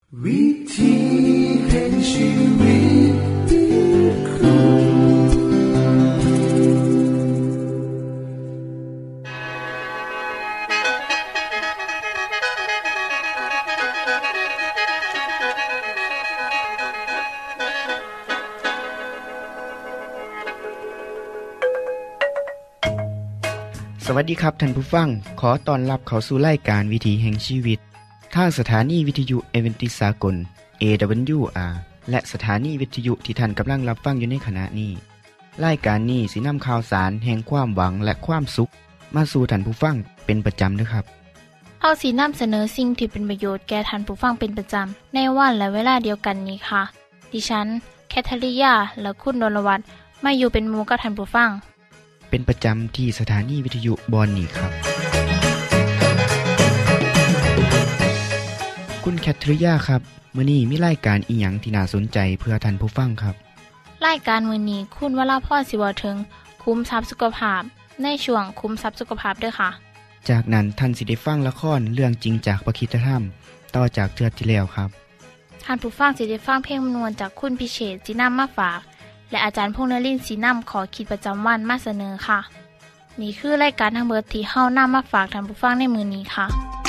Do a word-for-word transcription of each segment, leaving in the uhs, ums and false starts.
วิธีแห่งชีวิตติดคุกสวัสดีครับท่านผู้ฟังขอต้อนรับเข้าสู่รายการวิถีแห่งชีวิตทางสถานีวิทยุเอเวนติสากล เอ ดับเบิลยู อาร์ และสถานีวิทยุที่ท่านกำลังรับฟังอยู่ในขณะนี้รายการนี้สินำข่าวสารแห่งความหวังและความสุขมาสู่ท่านผู้ฟังเป็นประจำนะครับเฮาสินำเสนอสิ่งที่เป็นประโยชน์แก่ท่านผู้ฟังเป็นประจำในวันและเวลาเดียวกันนี้ค่ะดิฉันแคทริยาและคุณดลวัฒน์มาอยู่เป็นหมู่กับท่านผู้ฟังเป็นประจำที่สถานีวิทยุบอนนี่ครับคุณแคทริยาครับมื้อนี้มีรายการอีหยังที่น่าสนใจเพื่อท่านผู้ฟังครับรายการมื้อนี้คุณวราพรสิเว้าถึงคุ้มทรัพย์สุขภาพในช่วงคุ้มทรัพย์สุขภาพเด้อค่ะจากนั้นท่านสิได้ฟังละครเรื่องจริงจากประคีตธรรมต่อจากเทื่อที่แล้วครับท่านผู้ฟังสิได้ฟังเพลงมนวนจากคุณพิเชษฐ์สินำมาฝากและอาจารย์พงษ์นฤมลศรีนำขอคิดประจำวันมาเสนอค่ะนี่คือรายการทั้งเบิดที่เฮานำมาฝากท่านผู้ฟังในมื้อนี้ค่ะ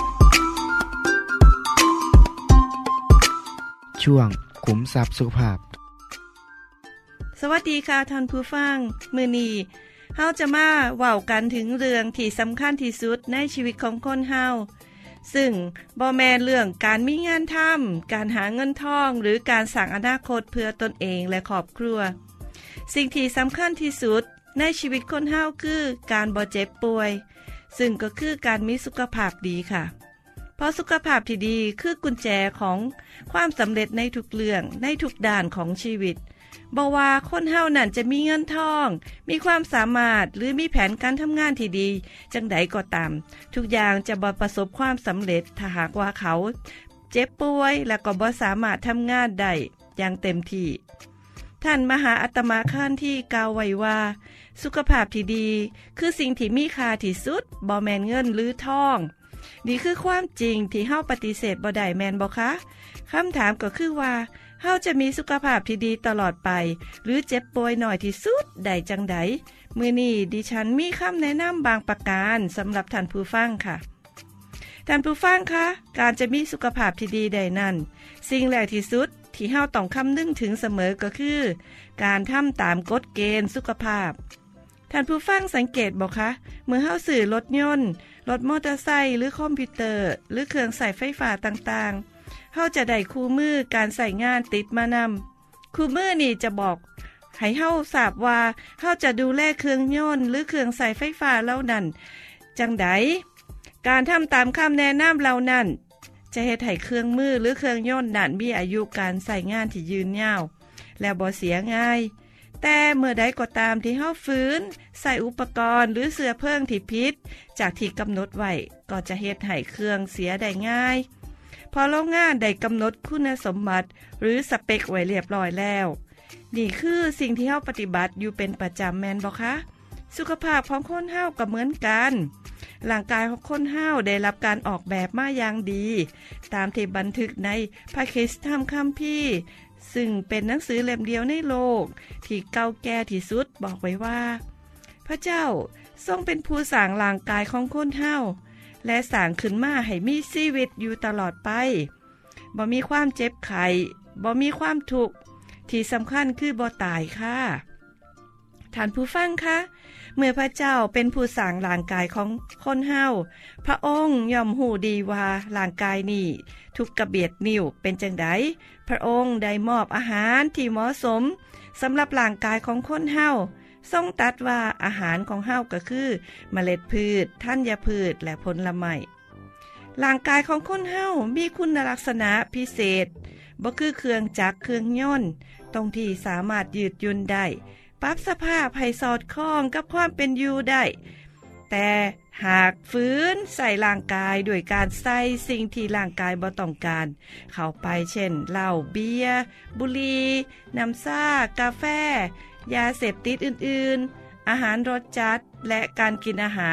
ช่วงขุมทรัพย์สุขภาพสวัสดีค่ะท่านผู้ฟังมื้อนี้เฮาจะมาเว้ากันถึงเรื่องที่สำคัญที่สุดในชีวิตของคนเฮาซึ่งบ่แม่นเรื่องการมีงานทำการหาเงินทองหรือการสร้างอนาคตเพื่อตนเองและครอบครัวสิ่งที่สำคัญที่สุดในชีวิตคนเฮาคือการบ่เจ็บป่วยซึ่งก็คือการมีสุขภาพดีค่ะเพราะสุขภาพที่ดีคือกุญแจของความสำเร็จในทุกเรื่องในทุกด้านของชีวิตบ่ว่าคนเฮานั่นจะมีเงินทองมีความสามารถหรือมีแผนการทำงานที่ดีจังใดก็ตามทุกอย่างจะบ่ประสบความสำเร็จถ้าหากว่าเขาเจ็บป่วยและก็บ่สามารถทำงานได้อย่างเต็มที่ท่านมหาอาตมาคานที่กล่าวไว้ว่าสุขภาพที่ดีคือสิ่งที่มีค่าที่สุดบ่แม่นเงินหรือทองนี่คือความจริงที่เฮาปฏิเสธบ่ได้แม่นบ่คะคำถามก็คือว่าเฮาจะมีสุขภาพที่ดีตลอดไปหรือเจ็บป่วยน้อยที่สุดได้จังใดมื้อนี้ดิฉันมีคำแนะนำบางประการสำหรับท่านผู้ฟังค่ะท่านผู้ฟังคะการจะมีสุขภาพที่ดีได้นั้นสิ่งแรกที่สุดที่เฮาต้องคำนึงถึงเสมอก็คือการทำตามกฎเกณฑ์สุขภาพท่านผู้ฟังสังเกตบ่คะเมื่อเฮาซื้อรถยนต์รถมอเตอร์ไซค์หรือคอมพิวเตอร์หรือเครื่องใช้ไฟฟ้าต่างๆเฮาจะได้คู่มือการใช้งานติดมานำคู่มือนี่จะบอกให้เฮาทราบว่าเฮาจะดูแลเครื่องยนต์หรือเครื่องใช้ไฟฟ้าเหล่านั้นจังใดการทำตามคำแนะนำเหล่านั้นจะเฮ็ดให้เครื่องมือหรือเครื่องยนต์นั้นมีอายุการใช้งานที่ยืนยาวและบ่เสียง่ายแต่เมื่อใดก็ตามที่เฮาฝืนใส่อุปกรณ์หรือเสื้อเพลิงที่ผิดจากที่กำหนดไว้ก็จะเฮ็ดให้เครื่องเสียได้ง่ายพอโรงงานได้กำหนดคุณสมบัติหรือสเปคไว้เรียบร้อยแล้วนี่คือสิ่งที่เฮาปฏิบัติอยู่เป็นประจำแม่นบ่คะสุขภาพของคนเฮาก็เหมือนกันร่างกายของคนเฮาได้รับการออกแบบมาอย่างดีตามที่บันทึกในพระคริสตธรรมคัมภีร์ซึ่งเป็นหนังสือเล่มเดียวในโลกที่เก่าแก่ที่สุดบอกไว้ว่าพระเจ้าทรงเป็นผู้สร้างร่างกายของคนเฮาและสร้างขึ้นมาให้มีชีวิตอยู่ตลอดไปบ่มีความเจ็บไข้บ่มีความทุกข์ที่สำคัญคือบ่ตายค่ะท่านผู้ฟังคะเมื่อพระเจ้าเป็นผู้สร้างร่างกายของคนเฮาพระองค์ย่อมรู้ดีว่าร่างกายนี้ทุกกระเบียดนิ้วเป็นจังไดพระองค์ได้มอบอาหารที่เหมาะสมสำหรับร่างกายของคนเฮาทรงตรัสว่าอาหารของเฮาก็คือเมล็ดพืชธัญพืชและผลไม้ร่างกายของคนเฮามีคุณลักษณะพิเศษบ่คือเครื่องจักรเครื่องยนต์ตรงที่สามารถยืดหยุ่นได้ปรับสภาพให้สอดคล้องกับความเป็นอยู่ได้แต่หากฝืนใส่ร่างกายด้วยการใส่สิ่งที่ร่างกายบ่ต้องการเข้าไปเช่นเหล้าเบียร์บุหรี่น้ำซ่ากาแฟยาเสพติดอื่นๆอาหารรสจัดและการกินอาหาร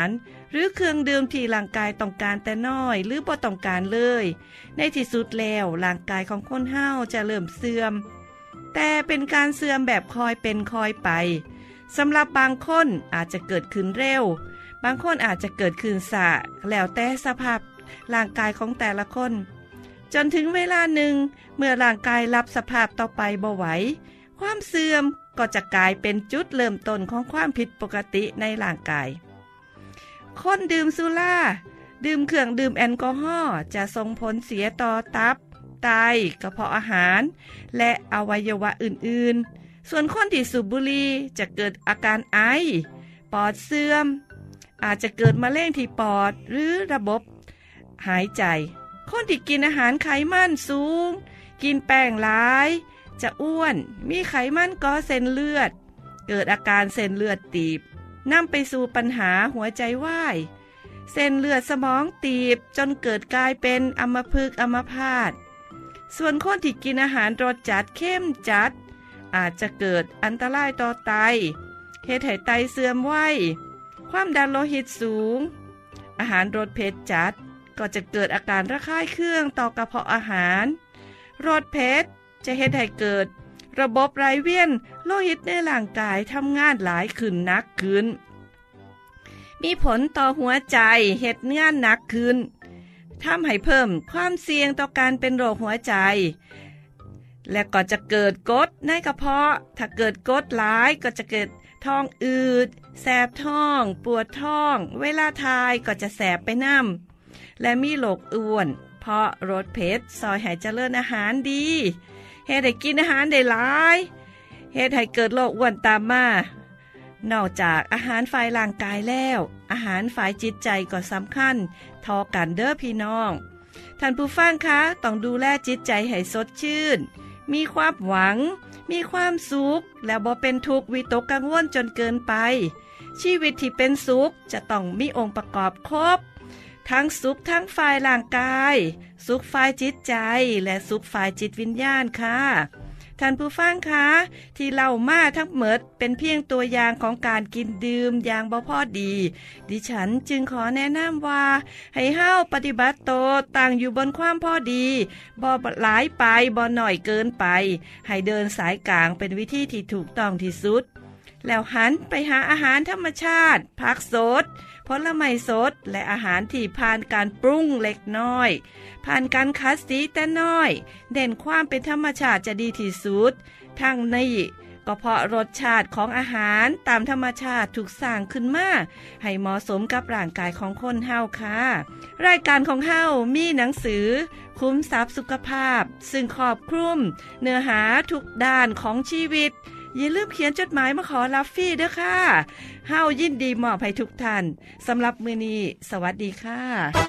หรือเครื่องดื่มที่ร่างกายต้องการแต่น้อยหรือบ่ต้องการเลยในที่สุดแล้วร่างกายของคนเฮาจะเริ่มเสื่อมแต่เป็นการเสื่อมแบบคอยเป็นคอยไปสำหรับบางคนอาจจะเกิดขึ้นเร็วบางคนอาจจะเกิดขึ้นช้าแล้วแต่สภาพร่างกายของแต่ละคนจนถึงเวลาหนึ่งเมื่อร่างกายรับสภาพต่อไปบ่ไหวความเสื่อมก็จะกลายเป็นจุดเริ่มต้นของความผิดปกติในร่างกายคนดื่มสุราดื่มเครื่องดื่มแอลกอฮอล์จะส่งผลเสียต่อตับไตกระเพาะอาหารและอวัยวะอื่นๆส่วนคนที่สูบบุหรี่จะเกิดอาการไอปอดเสื่อมอาจจะเกิดมะเร็งที่ปอดหรือระบบหายใจคนที่กินอาหารไขมันสูงกินแป้งหลายจะอ้วนมีไขมันก่อเส้นเลือดเกิดอาการเส้นเลือดตีบนำไปสู่ปัญหาหัวใจวายเส้นเลือดสมองตีบจนเกิดกลายเป็นอัมพฤกษ์อัมพาตส่วนคนที่กินอาหารรสจัดเข้มจัดอาจจะเกิดอันตรายต่อไตเฮ็ดให้ไตเสื่อมไวความดันโลหิตสูงอาหารรสเผ็ดจัดก็จะเกิดอาการระคายเคืองต่อกระเพาะอาหารรสเผ็ดจะเฮ็ดให้เกิดระบบไหลเวียนโลหิตในร่างกายทำงานหลายขึ้นหนักขึ้นมีผลต่อหัวใจเฮ็ดงานหนักขึ้นทำให้เพิ่มความเสี่ยงต่อการเป็นโรคหัวใจและก็จะเกิดกรดในกระเพาะถ้าเกิดกรดหลายก็จะเกิดท้องอืดแสบท้องปวดท้องเวลาทายก็จะแสบไปน้ำและมีโรคอ้วนเพราะรสเผ็ดซอยให้เจริญอาหารดีเฮ็ดให้กินอาหารได้หลายเฮ็ดให้เกิดโรคอ้วนตามมานอกจากอาหารฝ่ายร่างกายแล้วอาหารฝ่ายจิตใจก็สำคัญทอกันเด้อพี่น้องท่านผู้ฟังคะต้องดูแลจิตใจให้สดชื่นมีความหวังมีความสุขและบ่เป็นทุกข์วิตกกังวลจนเกินไปชีวิตที่เป็นสุขจะต้องมีองค์ประกอบครบทั้งสุขทั้งฝ่ายร่างกายสุขฝ่ายจิตใจและสุขฝ่ายจิตวิญญาณค่ะท่านผู้ฟังคะที่เล่ามาทั้งหมดเป็นเพียงตัวอย่างของการกินดื่มอย่างบ่พอดีดิฉันจึงขอแนะนำว่าให้เฮาปฏิบัติตนตั้งอยู่บนความพอดีบ่หลายไปบ่น้อยเกินไปให้เดินสายกลางเป็นวิธีที่ถูกต้องที่สุดแล้วหันไปหาอาหารธรรมชาติผักสดผลไม้สดและอาหารที่ผ่านการปรุงเล็กน้อยผ่านการคัดสีแต่น้อยเด่นความเป็นธรรมชาติจะดีที่สุดทั้งนี้ก็เพราะรสชาติของอาหารตามธรรมชาติถูกสร้างขึ้นมาให้เหมาะสมกับร่างกายของคนเฮาค่ะรายการของเฮามีหนังสือคุ้มทรัพย์สุขภาพซึ่งครอบคลุมเนื้อหาทุกด้านของชีวิตอย่าลืมเขียนจดหมายมาขอรับฟรีเด้อค่ะเฮายินดีมอบให้ทุกท่านสำหรับมื้อนี้สวัสดีค่ะ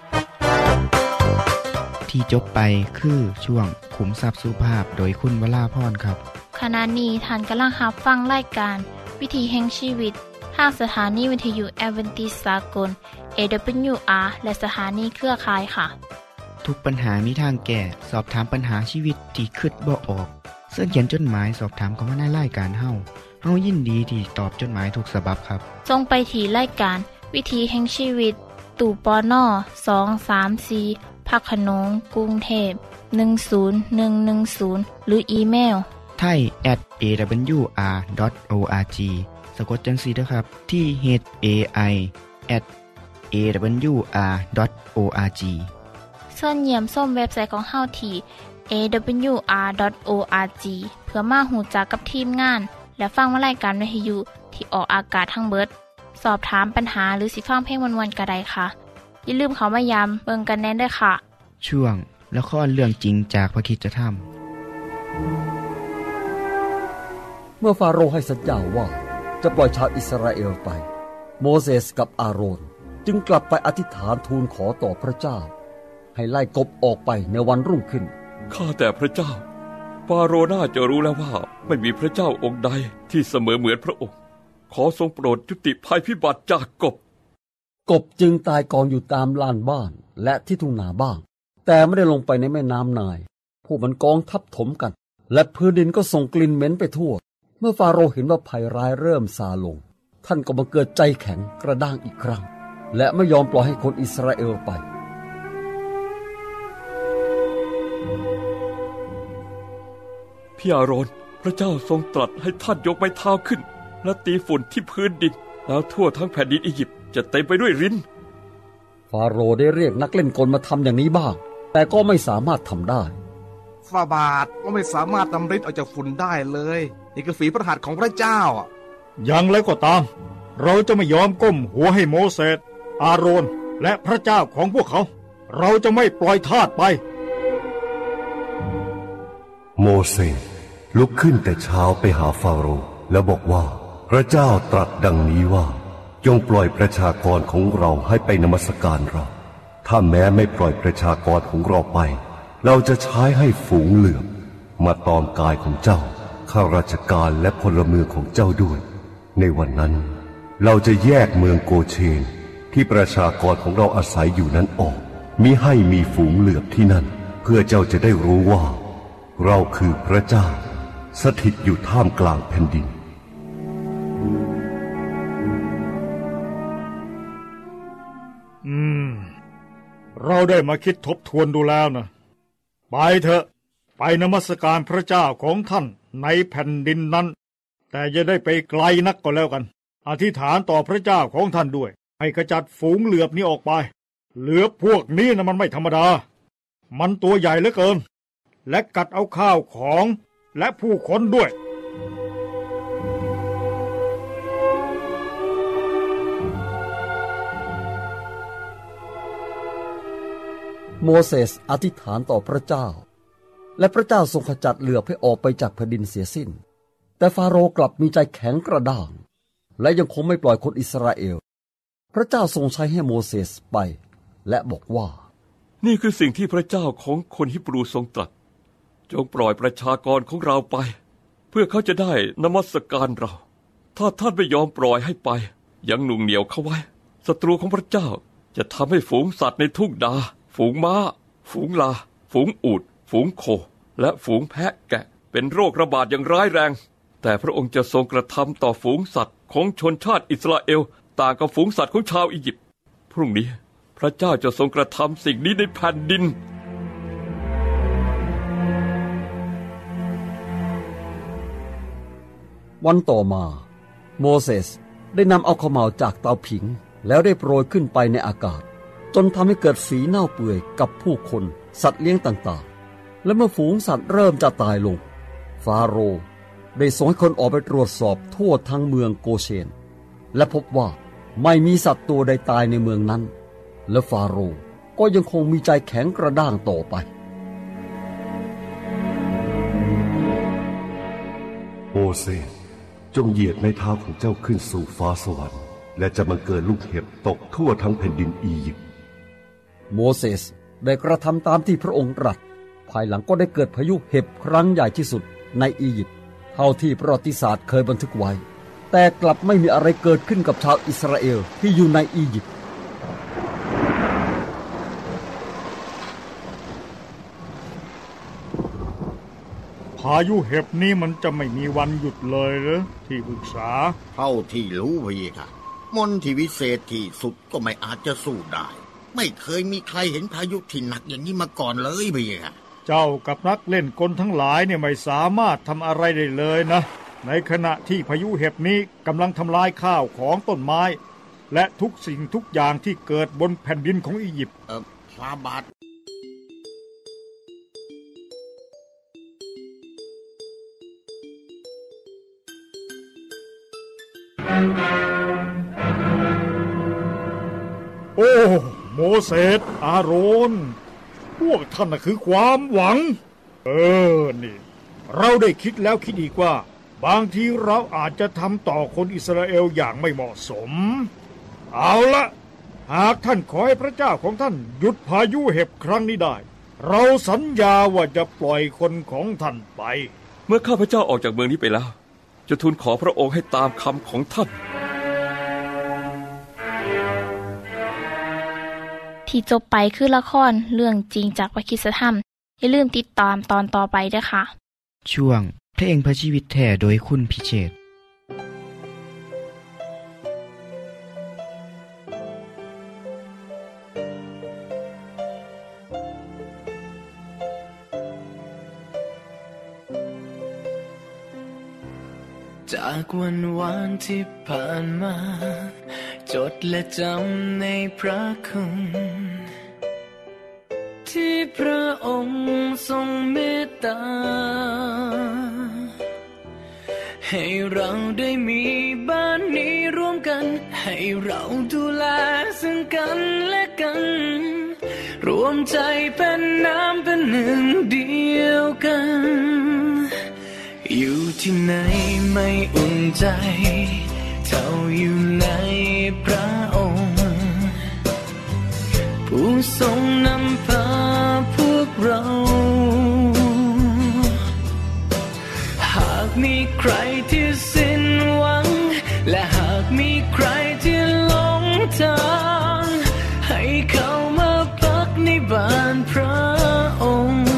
ที่จบไปคือช่วงขุมทรัพย์สุภาพโดยคุณวราพรครับขณะนี้ท่านกำลังรับฟังรายการวิถีแห่งชีวิตทางสถานีวิทยุแอดเวนทิสต์สากล เอ ดับเบิลยู อาร์ และสถานีเครือข่ายค่ะทุกปัญหามีทางแก้สอบถามปัญหาชีวิตที่คิดบ่ออกเสิร์ชเขียนจดหมายสอบถามเข้ามาในรายการเฮาเฮายินดีที่ตอบจดหมายทุกฉบับครับส่งไปที่รายการวิถีแห่งชีวิตตู้ปนสอง สาม สี่พักขนงกรุงเทพหนึ่งศูนย์หนึ่งหนึ่งศูนย์หรืออีเมลไทย แอท เอ ดับเบิลยู อาร์ ดอท โอ อาร์ จี สะกดจังซี่เด้อครับที่ เอช เอ ไอ แอท เอ ดับเบิลยู อาร์ ดอท โอ อาร์ จีเชิญเยี่ยมชมเว็บไซต์ของเฮาที่ เอ ดับเบิลยู อาร์ ดอท โอ อาร์ จี เพื่อมาหูจักกับทีมงานและฟังรายการวิทยุที่ออกอากาศทั้งเบิดสอบถามปัญหาหรือสิฟังเพลงม่วนๆก็ได้ค่ะอย่าลืมเข้ามาย้ำเบิ่งกันแน่นด้วยค่ะช่วงละครเรื่องจริงจากพระคริสตธรรมเมื่อฟาโรห์ให้สัญญาว่าจะปล่อยชาวอิสราเอลไปโมเสสกับอาโรนจึงกลับไปอธิษฐานทูลขอต่อพระเจ้าให้ไล่กบออกไปในวันรุ่งขึ้นข้าแต่พระเจ้าฟาโรห์น่าจะรู้แล้วว่าไม่มีพระเจ้าองค์ใดที่เสมอเหมือนพระองค์ขอทรงโปรดยุติภัยพิบัติจากกบกบจึงตายกองอยู่ตามลานบ้านและที่ทุ่งนาบ้างแต่ไม่ได้ลงไปในแม่น้ำนายพวกมันกองทับถมกันและพื้นดินก็ส่งกลิ่นเหม็นไปทั่วเมื่อฟาโรห์เห็นว่าภัยร้ายเริ่มซาลงท่านก็มาเกิดใจแข็งกระด้างอีกครั้งและไม่ยอมปล่อยให้คนอิสราเอลไปพี่อาโรนพระเจ้าทรงตรัสให้ท่านยกไม้เท้าขึ้นและตีฝุ่นที่พื้นดินแล้วทั่วทั้งแผ่นดินอียิปต์จะเต็มไปด้วยริ้นฟาโรห์ได้เรียกนักเล่นกลมาทำอย่างนี้บ้างแต่ก็ไม่สามารถทำได้ฝ่าบาทก็ไม่สามารถนำฤทธิ์ออกจากฝุ่นได้เลยนี่คือฝีพระหัตถ์ของพระเจ้าอย่างไรก็ตามเราจะไม่ยอมก้มหัวให้โมเสสอาโรนและพระเจ้าของพวกเขาเราจะไม่ปล่อยทาสไปโมเสสลุกขึ้นแต่เช้าไปหาฟาโรห์แล้วบอกว่าพระเจ้าตรัสดังนี้ว่าจงปล่อยประชากรของเราให้ไปนมัสการเราถ้าแม้ไม่ปล่อยประชากรของเราไปเราจะใช้ให้ฝูงเหลือบมาตอมกายของเจ้าข้าราชการและพลเมืองของเจ้าด้วยในวันนั้นเราจะแยกเมืองโกเชนที่ประชากรของเราอาศัยอยู่นั้นออกมิให้มีฝูงเหลือบที่นั่นเพื่อเจ้าจะได้รู้ว่าเราคือพระเจ้าสถิตอยู่ท่ามกลางแผ่นดินอืมเราได้มาคิดทบทวนดูแล้วนะไปเถอะไปนมัสการพระเจ้าของท่านในแผ่นดินนั้นแต่อย่าได้ไปไกลนักก็แล้วกันอธิษฐานต่อพระเจ้าของท่านด้วยให้ขจัดฝูงเหลือบนี้ออกไปเหลือบพวกนี้นะมันไม่ธรรมดามันตัวใหญ่เหลือเกินและกัดเอาข้าวของและผู้คนด้วยโมเสสอธิษฐานต่อพระเจ้าและพระเจ้าทรงขจัดเหลือบให้ออกไปจากแผ่นดินเสียสิ้นแต่ฟาโรห์กลับมีใจแข็งกระด้างและยังคงไม่ปล่อยคนอิสราเอลพระเจ้าทรงใช้ให้โมเสสไปและบอกว่านี่คือสิ่งที่พระเจ้าของคนฮิบรูทรงตรัสจงปล่อยประชากรของเราไปเพื่อเขาจะได้นมัสการเราถ้าท่านไม่ยอมปล่อยให้ไปยังหนุ่งเหนียวเขาไว้ศัตรูของพระเจ้าจะทำให้ฝูงสัตว์ในทุ่งนาฝูงม้าฝูงลาฝูงอูฐฝูงโคและฝูงแพะแกะเป็นโรคระบาดอย่างร้ายแรงแต่พระองค์จะทรงกระทำต่อฝูงสัตว์ของชนชาติอิสราเอลต่างกับฝูงสัตว์ของชาวอียิปต์พรุ่งนี้พระเจ้าจะทรงกระทำสิ่งนี้ในแผ่นดินวันต่อมาโมเสสได้นำเอาข้าวเหมาจากเตาผิงแล้วได้โปรยขึ้นไปในอากาศจนทำให้เกิดฝีเน่าเปื่อยกับผู้คนสัตว์เลี้ยงต่างๆและเมื่อฝูงสัตว์เริ่มจะตายลงฟาโรห์ได้ส่งให้คนออกไปตรวจสอบทั่วทั้งเมืองโกเชนและพบว่าไม่มีสัตว์ตัวใดตายในเมืองนั้นและฟาโรห์ก็ยังคงมีใจแข็งกระด้างต่อไปโมเสสจงเหยียดไม้เท้าของเจ้าขึ้นสู่ฟ้าสวรรค์และจะบังเกิดลูกเห็บตกทั่วทั้งแผ่นดินอียิปต์โมเสสได้กระทำตามที่พระองค์ตรัสภายหลังก็ได้เกิดพายุเห็บครั้งใหญ่ที่สุดในอียิปต์เท่าที่ประวัติศาสตร์เคยบันทึกไว้แต่กลับไม่มีอะไรเกิดขึ้นกับชาวอิสราเอลที่อยู่ในอียิปต์พายุเห็บนี้มันจะไม่มีวันหยุดเลยเหรอที่ปรึกษาเท่าที่รู้พี่ค่ะมนต์ที่วิเศษที่สุดก็ไม่อาจจะสู้ได้ไม่เคยมีใครเห็นพายุที่หนักอย่างนี้มาก่อนเลยพี่ค่ะเจ้ากับนักเล่นกลทั้งหลายเนี่ยไม่สามารถทำอะไรได้เลยนะในขณะที่พายุเห็บนี้กำลังทำลายข้าวของต้นไม้และทุกสิ่งทุกอย่างที่เกิดบนแผ่นดินของอียิปต์เออฟาบาทโอ้โมเสสอาโรนพวกท่านน่ะคือความหวังเออนี่เราได้คิดแล้วคิดอีกว่าบางทีเราอาจจะทำต่อคนอิสราเอลอย่างไม่เหมาะสมเอาละหากท่านขอให้พระเจ้าของท่านหยุดพายุเห็บครั้งนี้ได้เราสัญญาว่าจะปล่อยคนของท่านไปเมื่อข้าพเจ้าออกจากเมืองนี้ไปแล้วจะทูลขอพระองค์ให้ตามคำของท่านที่จบไปคือละครเรื่องจริงจากพระคริสตธรรมอย่าลืมติดตามตอนต่อไปด้วยค่ะช่วงเพลงพระชีวิตแท้โดยคุณพิเชษฐ์จากวันวานที่ผ่านมาจดและจำในพระคุณที่พระองค์ทรงเมตตาให้เราได้มีบ้านนี้ร่วมกันให้เราดูแลซึ่งกันและกันรวมใจเป็นน้ำเป็นหนึ่งเดียวกันอยู่ที่ไหนไม่อุ่นใจเท่าอยู่ในพระองค์ผู้ทรงนำพาพวกเราหากมีใครที่สิ้นหวังและหากมีใครที่หลงทางให้เข้ามาพักในบ้านพระองค์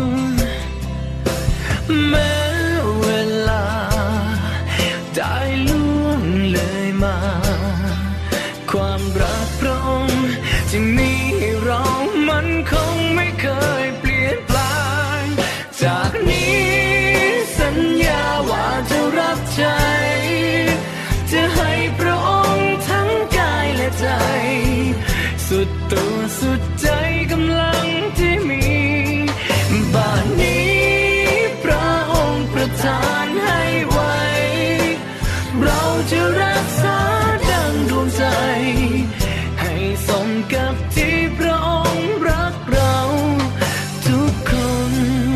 แม้เวลาได้ล่วงเลยมาความรักพระองค์ที่มีให้เรามันคงไม่เคยเปลี่ยนแปลงจากนี้สัญญาว่าจะรับใช้จะให้พระองค์ทั้งกายและใจสุดตัวสุดใจกำลังที่มีบ้านนี้พระองค์ประทานให้ไว้เราจะรักษาดังดวงใจให้สมกับที่พระองค์รักเราทุกคน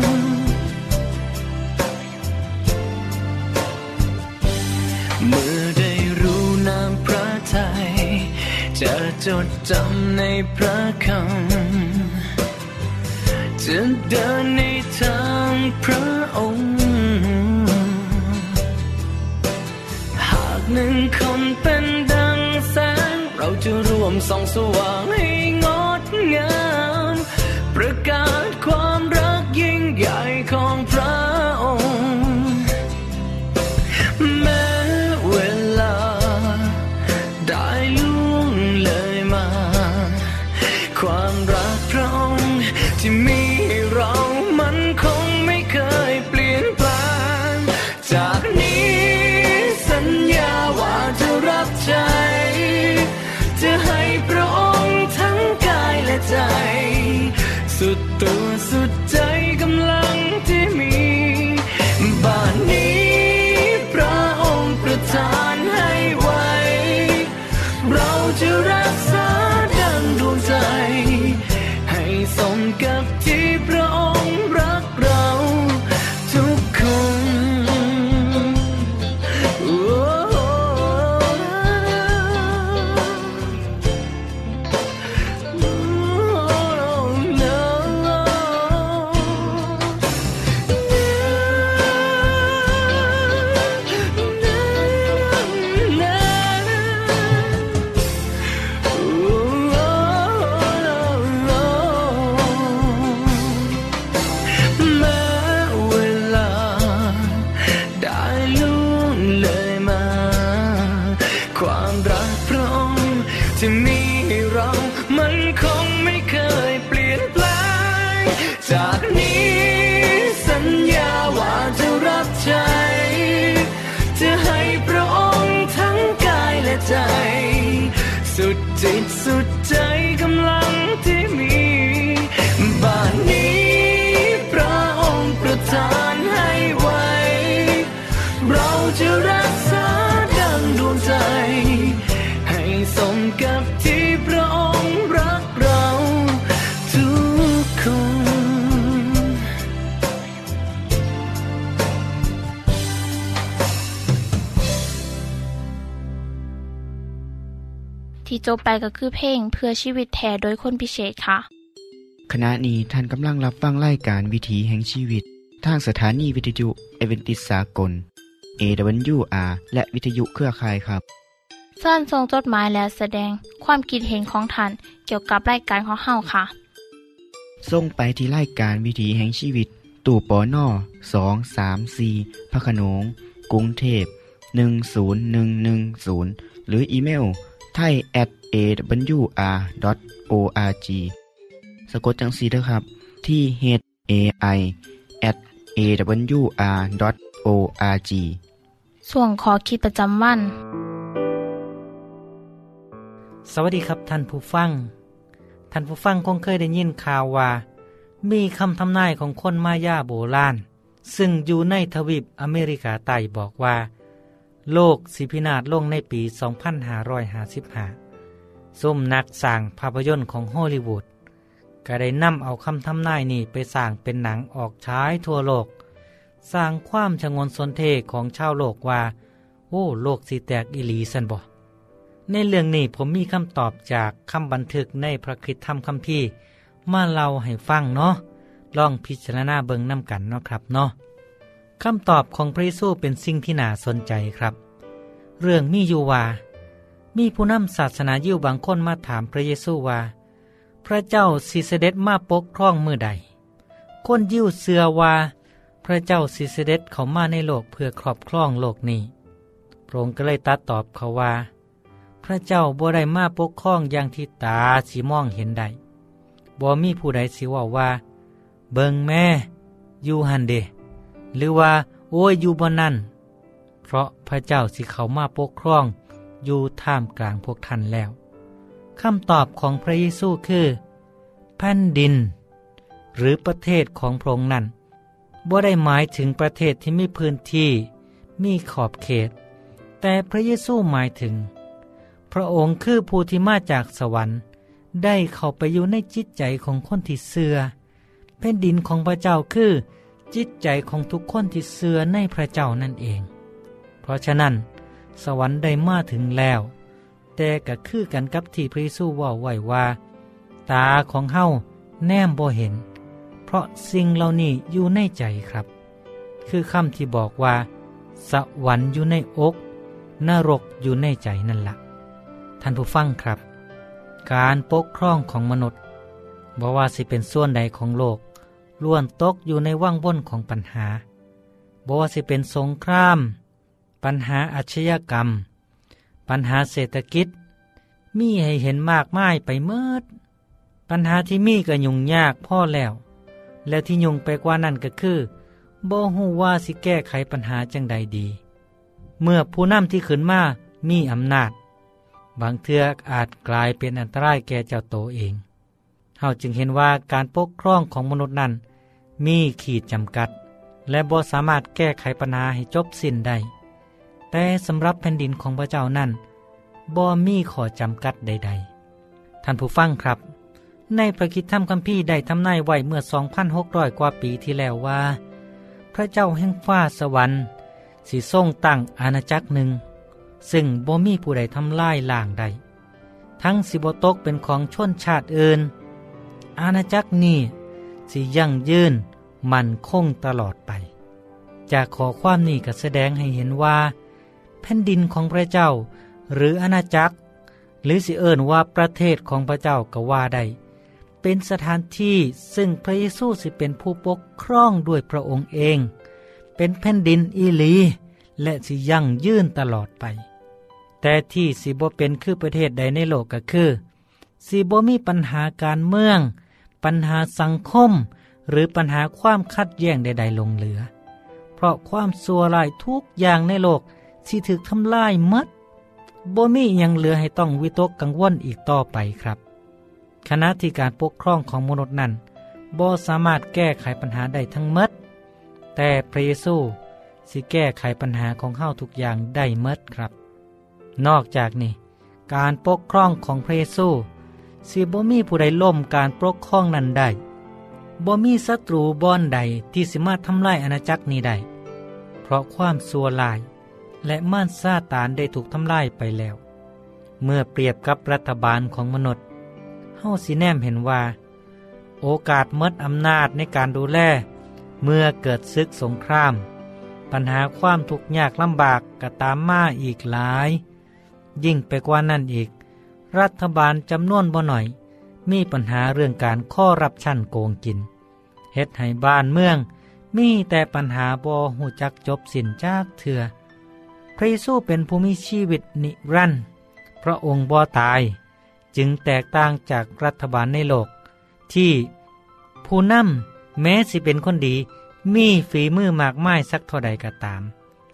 เมื่อได้รู้น้ำพระทัยจะจดจำในพระคำจะเดินในทางพระองค์หากหนึ่งคนเป็นดังแสงเราจะร่วมส่องสว่างให้งดงามประกาศความรักยิ่งใหญ่ของพระองค์แม้เวลาได้ล่วงเลยมาความรักพระองค์ที่มีให้เรามันคงไม่เคยเปลี่ยนแปลงจากนี้สัญญาว่าจะรับใช้จะให้พระองค์ทั้งกายและใจสุดตัวสุดใจกำลังที่มีบ้านนี้พระองค์ประทานให้ไว้เราจะรักษาดังดวงใจให้สมกับที่พระองค์รักเราทุกคนที่มีให้เรามันคงไม่เคยเปลี่ยนแปลงจากนี้สัญญาว่าจะรับใช้จะให้พระองค์ทั้งกายและใจสุดจิตสุดใจกำลังที่มีบ้านนี้พระองค์ประทานให้ไว้เราจะรักษาดังดวงใจให้สมกับที่พระองค์รักเราทุกคนที่จบไปก็คือเพลงเพื่อชีวิตแท้โดยคนพิเศษค่ะขณะนี้ท่านกำลังรับฟังรายการวิถีแห่งชีวิตทางสถานีวิทยุเอเวนติสากล เอ ดับเบิลยู อาร์ และวิทยุเครือข่ายครับเชิญส่งจดหมายและแสดงความคิดเห็นของท่านเกี่ยวกับรายการของเฮาค่ะส่งไปที่รายการวิถีแห่งชีวิตตู้ปนสอง สาม สี่พระโขนงกรุงเทพหนึ่งศูนย์หนึ่งหนึ่งศูนย์หรืออีเมล ไทย แอท เอ ดับเบิลยู อาร์ ดอท โอ อาร์ จี สะกดจังซี่เด้อครับที่ เอช เอ ไอ แอท เอ ดับเบิลยู อาร์ ดอท โอ อาร์ จีส่วนขอคิดประจำวันสวัสดีครับท่านผู้ฟังท่านผู้ฟังคงเคยได้ยินข่าวว่ามีคำทำนายของคนมายาโบราณซึ่งอยู่ในทวีปอเมริกาใต้บอกว่าโลกสิพินาศลงในปี สองพันห้าร้อยห้าสิบห้า ส้มนักสร้างภาพยนตร์ของฮอลลีวูดก็ได้นำเอาคำทำนายนี้ไปสร้างเป็นหนังออกฉายทั่วโลกสร้างความชงนสนเทของชาวโลกว่าโอ้โลกสิแตกอีหลีซั่นบ่ในเรื่องนี้ผมมีคำตอบจากคำบันทึกในพระคริสตธรรมคัมภีร์มาเล่าให้ฟังเนาะลองพิจารณาเบิ่งนำกันเนาะครับเนาะคำตอบของพระเยซูเป็นสิ่งที่น่าสนใจครับเรื่องมีอยู่ว่ามีผู้นำศาสนายิวบางคนมาถามพระเยซูว่าพระเจ้าสิเสด็จมาปกครองเมื่อใดคนยิวเชื่อว่าพระเจ้าสิเสด็จเข้ามาในโลกเพื่อครอบครองโลกนี้พระองค์ก็เลยตรัสตอบเขาว่าพระเจ้าบ่ได้มาปกครองอย่างที่ตาสิมองเห็นได้บ่มีผู้ใดสิว่าว่าเบิ่งแม่อยู่หันเดหรือว่าโอ้ยอยู่บ่นั่นเพราะพระเจ้าสิเข้ามาปกครองอยู่ท่ามกลางพวกท่านแล้วคำตอบของพระเยซูคือแผ่นดินหรือประเทศของพระองค์นั้นบ่ได้หมายถึงประเทศที่มีพื้นที่มีขอบเขตแต่พระเยซูหมายถึงพระองค์คือผู้ที่มาจากสวรรค์ได้เข้าไปอยู่ในจิตใจของคนที่เชื่อแผ่นดินของพระเจ้าคือจิตใจของทุกคนที่เชื่อในพระเจ้านั่นเองเพราะฉะนั้นสวรรค์ได้มาถึงแล้วแต่ก็คือกันกับที่พระเยซูว่าไว้ว่าตาของเฮาแนมบ่เห็นเพราะสิ่งเหล่านี้อยู่ในใจครับคือคำที่บอกว่าสวรรค์อยู่ในอกนรกอยู่ในใจนั่นล่ะท่านผู้ฟังครับการปกครองของมนุษย์บ่ว่าสิเป็นส่วนใดของโลกล้วนตกอยู่ในวังวนของปัญหาบ่ว่าสิเป็นสงครามปัญหาอาชญากรรมปัญหาเศรษฐกิจมีให้เห็นมากมายไปเมิดปัญหาที่มีก็ยุ่งยากพอแล้วแล้วที่ยุ่งไปกว่านั้นก็คือบ่ฮู้ว่าสิแก้ไขปัญหาจังใดดีเมื่อผู้นำที่ขึ้นมามีอำนาจบางเทื่ออาจกลายเป็นอันตรายแก่เจ้าโตเองเฮาจึงเห็นว่าการปกครองของมนุษย์นั้นมีขีดจำกัดและบ่สามารถแก้ไขปัญหาให้จบสิ้นได้แต่สำหรับแผ่นดินของพระเจ้านั้นบ่มีข้อจำกัดใดๆท่านผู้ฟังครับในพระคริสตธรรมคัมภีร์ได้ทำนายไว้เมื่อ สองพันหกร้อย กว่าปีที่แล้วว่าพระเจ้าแห่งฟ้าสวรรค์สิทรงตั้งอาณาจักรหนึ่งซึ่งบ่มีผู้ใดทำลายล้างได้ทั้งสิบ่ตกเป็นของชนชาติอื่นอาณาจักรนี้สิยั่งยืนมั่นคงตลอดไปจากข้อความนี้ก็แสดงให้เห็นว่าแผ่นดินของพระเจ้าหรืออาณาจักรหรือสิเอิ้นว่าประเทศของพระเจ้าก็ว่าได้เป็นสถานที่ซึ่งพระเยซูสิเป็นผู้ปกครองด้วยพระองค์เองเป็นแผ่นดินอีหลีและสิยั่งยืนตลอดไปแต่ที่สิบ่เป็นคือประเทศใดในโลกก็คือสิบ่มีปัญหาการเมืองปัญหาสังคมหรือปัญหาความขัดแย้งใดๆลงเหลือเพราะความชั่วร้ายทุกอย่างในโลกสิถูกทำลายหมดบ่มีหยังเหลือให้ต้องวิตกกังวลอีกต่อไปครับขณะที่การปกครองของมนุษย์นั้นบ่สามารถแก้ไขปัญหาได้ทั้งหมดแต่พระเยซูสิแก้ไขปัญหาของเฮาทุกอย่างได้หมดครับนอกจากนี้การปกครองของพระเยซูสิบ่มีผู้ใดล้มการปกครองนั้นได้บ่มีศัตรูบ่อนใดที่สิมาทำลายอาณาจักรนี้ได้เพราะความชั่วร้ายและมารซาตานได้ถูกทำลายไปแล้วเมื่อเปรียบกับรัฐบาลของมนุษย์เฮาสิแนมเห็นว่าโอกาสหมดอำนาจในการดูแลเมื่อเกิดศึกสงครามปัญหาความทุกข์ยากลำบากก็ตามมาอีกหลายยิ่งไปกว่านั้นอีกรัฐบาลจำนวนบ่หน่อยมีปัญหาเรื่องการคอร์รัปชันโกงกินเฮ็ดให้บ้านเมืองมีแต่ปัญหาบ่ฮู้จักจบสิ้นจากเถื่อพระเยซูเป็นผู้มีชีวิตนิรันดร์พระองค์บ่ตายจึงแตกต่างจากรัฐบาลในโลกที่ผู้นำแม้สิเป็นคนดีมีฝีมือมากมายสักเท่าใดก็ตาม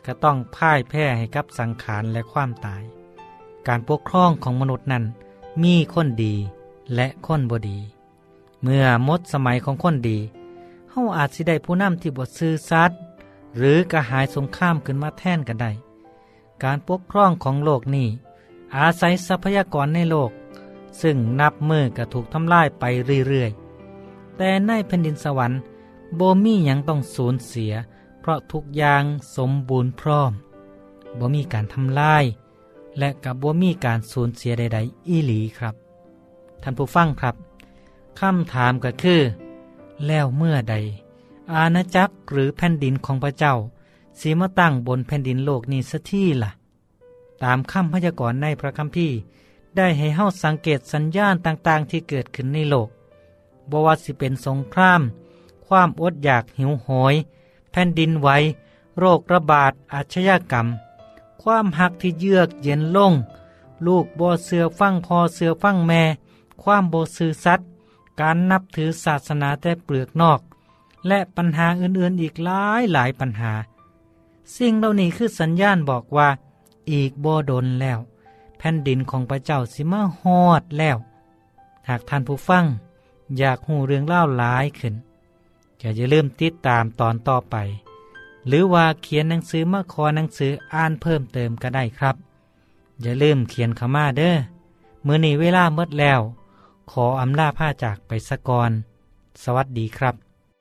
ก็ต้องพ่ายแพ้ให้กับสังขารและความตายการปกครองของมนุษย์นั้นมีคนดีและคนบ่ดีเมื่อหมดสมัยของคนดีเฮาอาจสิได้ผู้นำที่บ่ซื่อสัตย์หรือกระหายสงครามขึ้นมาแทนกันได้การปกครองของโลกนี้อาศัยทรัพยากรในโลกซึ่งนับมือก็ถูกทำลายไปเรื่อยๆแต่ในแผ่นดินสวรรค์บ่มีหยังต้องสูญเสียเพราะทุกอย่างสมบูรณ์พร้อมบ่มีการทำลายและก็บ่มีการสูญเสียใดๆอีหลีครับท่านผู้ฟังครับคำถามก็คือแล้วเมื่อใดอาณาจักรหรือแผ่นดินของพระเจ้าสิมาตั้งบนแผ่นดินโลกนี้สักทีล่ะตามคำพยากรณ์ในพระคัมภีร์ได้ให้เฮาสังเกตสัญญาณต่างๆที่เกิดขึ้นในโลกบ่ว่าสิเป็นสงครามความอดอยากหิวโหยแผ่นดินไหวโรคระบาดอาชญากรรมความหักที่เยือกเย็นลงลูกบ่เสือฟังพอเสือฟังแม่ความบ่ซื่อสัตย์การนับถือศาสนาแต่เปลือกนอกและปัญหาอื่นๆอีกหลายหลายปัญหาสิ่งเหล่านี้คือสัญญาณบอกว่าอีกบ่ดนแล้วแผ่นดินของพระเจ้าสิมาฮอดแล้วหากท่านผู้ฟังอยากหูเรื่องเล่าหลายขึ้นก็อย่าลืมติดตามตอนต่อไปหรือว่าเขียนหนังสือมาขอหนังสืออ่านเพิ่มเติมก็ได้ครับอย่าลืมเขียนเข้ามาเด้อมื้อนี้เวลาหมดแล้วขออำลาพาจากไปซะก่อนสวัสดีครับ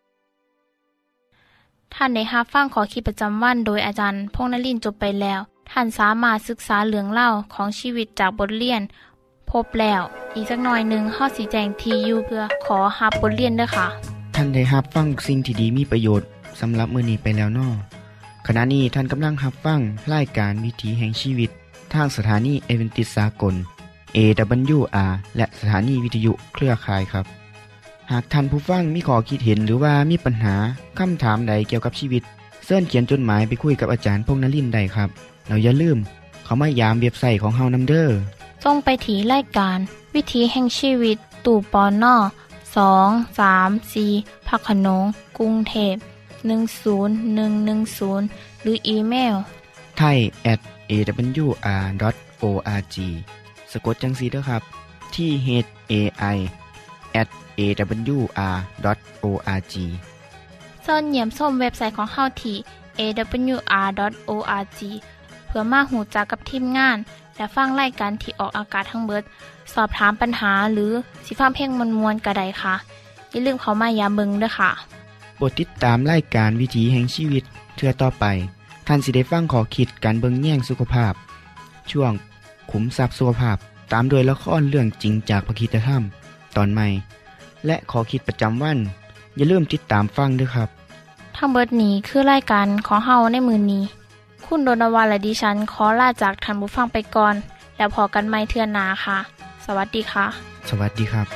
ท่านได้รับฟังขอคิดประจำวันโดยอาจารย์พงษ์นฤมลจบไปแล้วท่านสามารถศึกษาเรื่องเล่าของชีวิตจากบทเรียนพบแล้วอีกสักหน่อยหนึ่งข้อสีแจงทีอยู่เพื่อขอรับบทเรียนด้วยค่ะท่านได้รับฟังสิ่งที่ดีมีประโยชน์สำหรับมื้อนี้ไปแล้วน้อขณะนี้ท่านกำลังรับฟังรายการวิถีแห่งชีวิตทางสถานีเอเวนติสากล เอ ดับเบิลยู อาร์ และสถานีวิทยุเครือข่ายครับหากท่านผู้ฟังมีข้อคิดเห็นหรือว่ามีปัญหาคำถามใดเกี่ยวกับชีวิตเชิญเขียนจดหมายไปคุยกับอาจารย์พงษ์นฤมลได้ครับแล้วอย่าลืมเขามายามเว็บไซต์ของเฮานำเด้อส่งไปที่รายการวิถีแห่งชีวิตตู่ปนสอง สาม สี่พระโขนงกรุงเทพหนึ่ง ศูนย์ หนึ่ง หนึ่ง ศูนย์หรืออีเมลไทย แอท เอ ดับเบิลยู อาร์ ดอท โอ อาร์ จี สะกดจังซี่เด้อครับที่ เอช เอ ไอ แอท เอ ดับเบิลยู อาร์ ดอท โอ อาร์ จีเชิญเยี่ยมชมเว็บไซต์ของเฮาที่ เอ ดับเบิลยู อาร์ ดอท โอ อาร์ จี เพื่อมาหูจักกับทีมงานและฟังรายการที่ออกอากาศทั้งเบิดสอบถามปัญหาหรือสิฟังเพลงมวลๆก็ได้ค่ะอย่าลืมเข้ามายามเบิ่งด้วยค่ะโปรดติดตามรายการวิถีแห่งชีวิตเทื่อต่อไปท่านสิได้ฟังขอคิดการเบิ่งแย่งสุขภาพช่วงขุมทรัพย์สุขภาพตามโดยละครเรื่องจริงจากพระคริสตธรรมตอนใหม่และขอคิดประจำวันอย่าลืมติดตามฟังด้วยครับทั้งเบิดนี้คือรายการของเฮาในมื้อนี้คุณโดนวาและดิฉันขอลาจากท่านผู้ฟังไปก่อนแล้วพอกันใหม่เทื่อหน้าค่ะสวัสดีค่ะสวัสดีครับ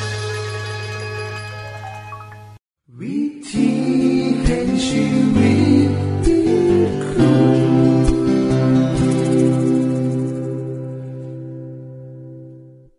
วิถีแห่งชีวิต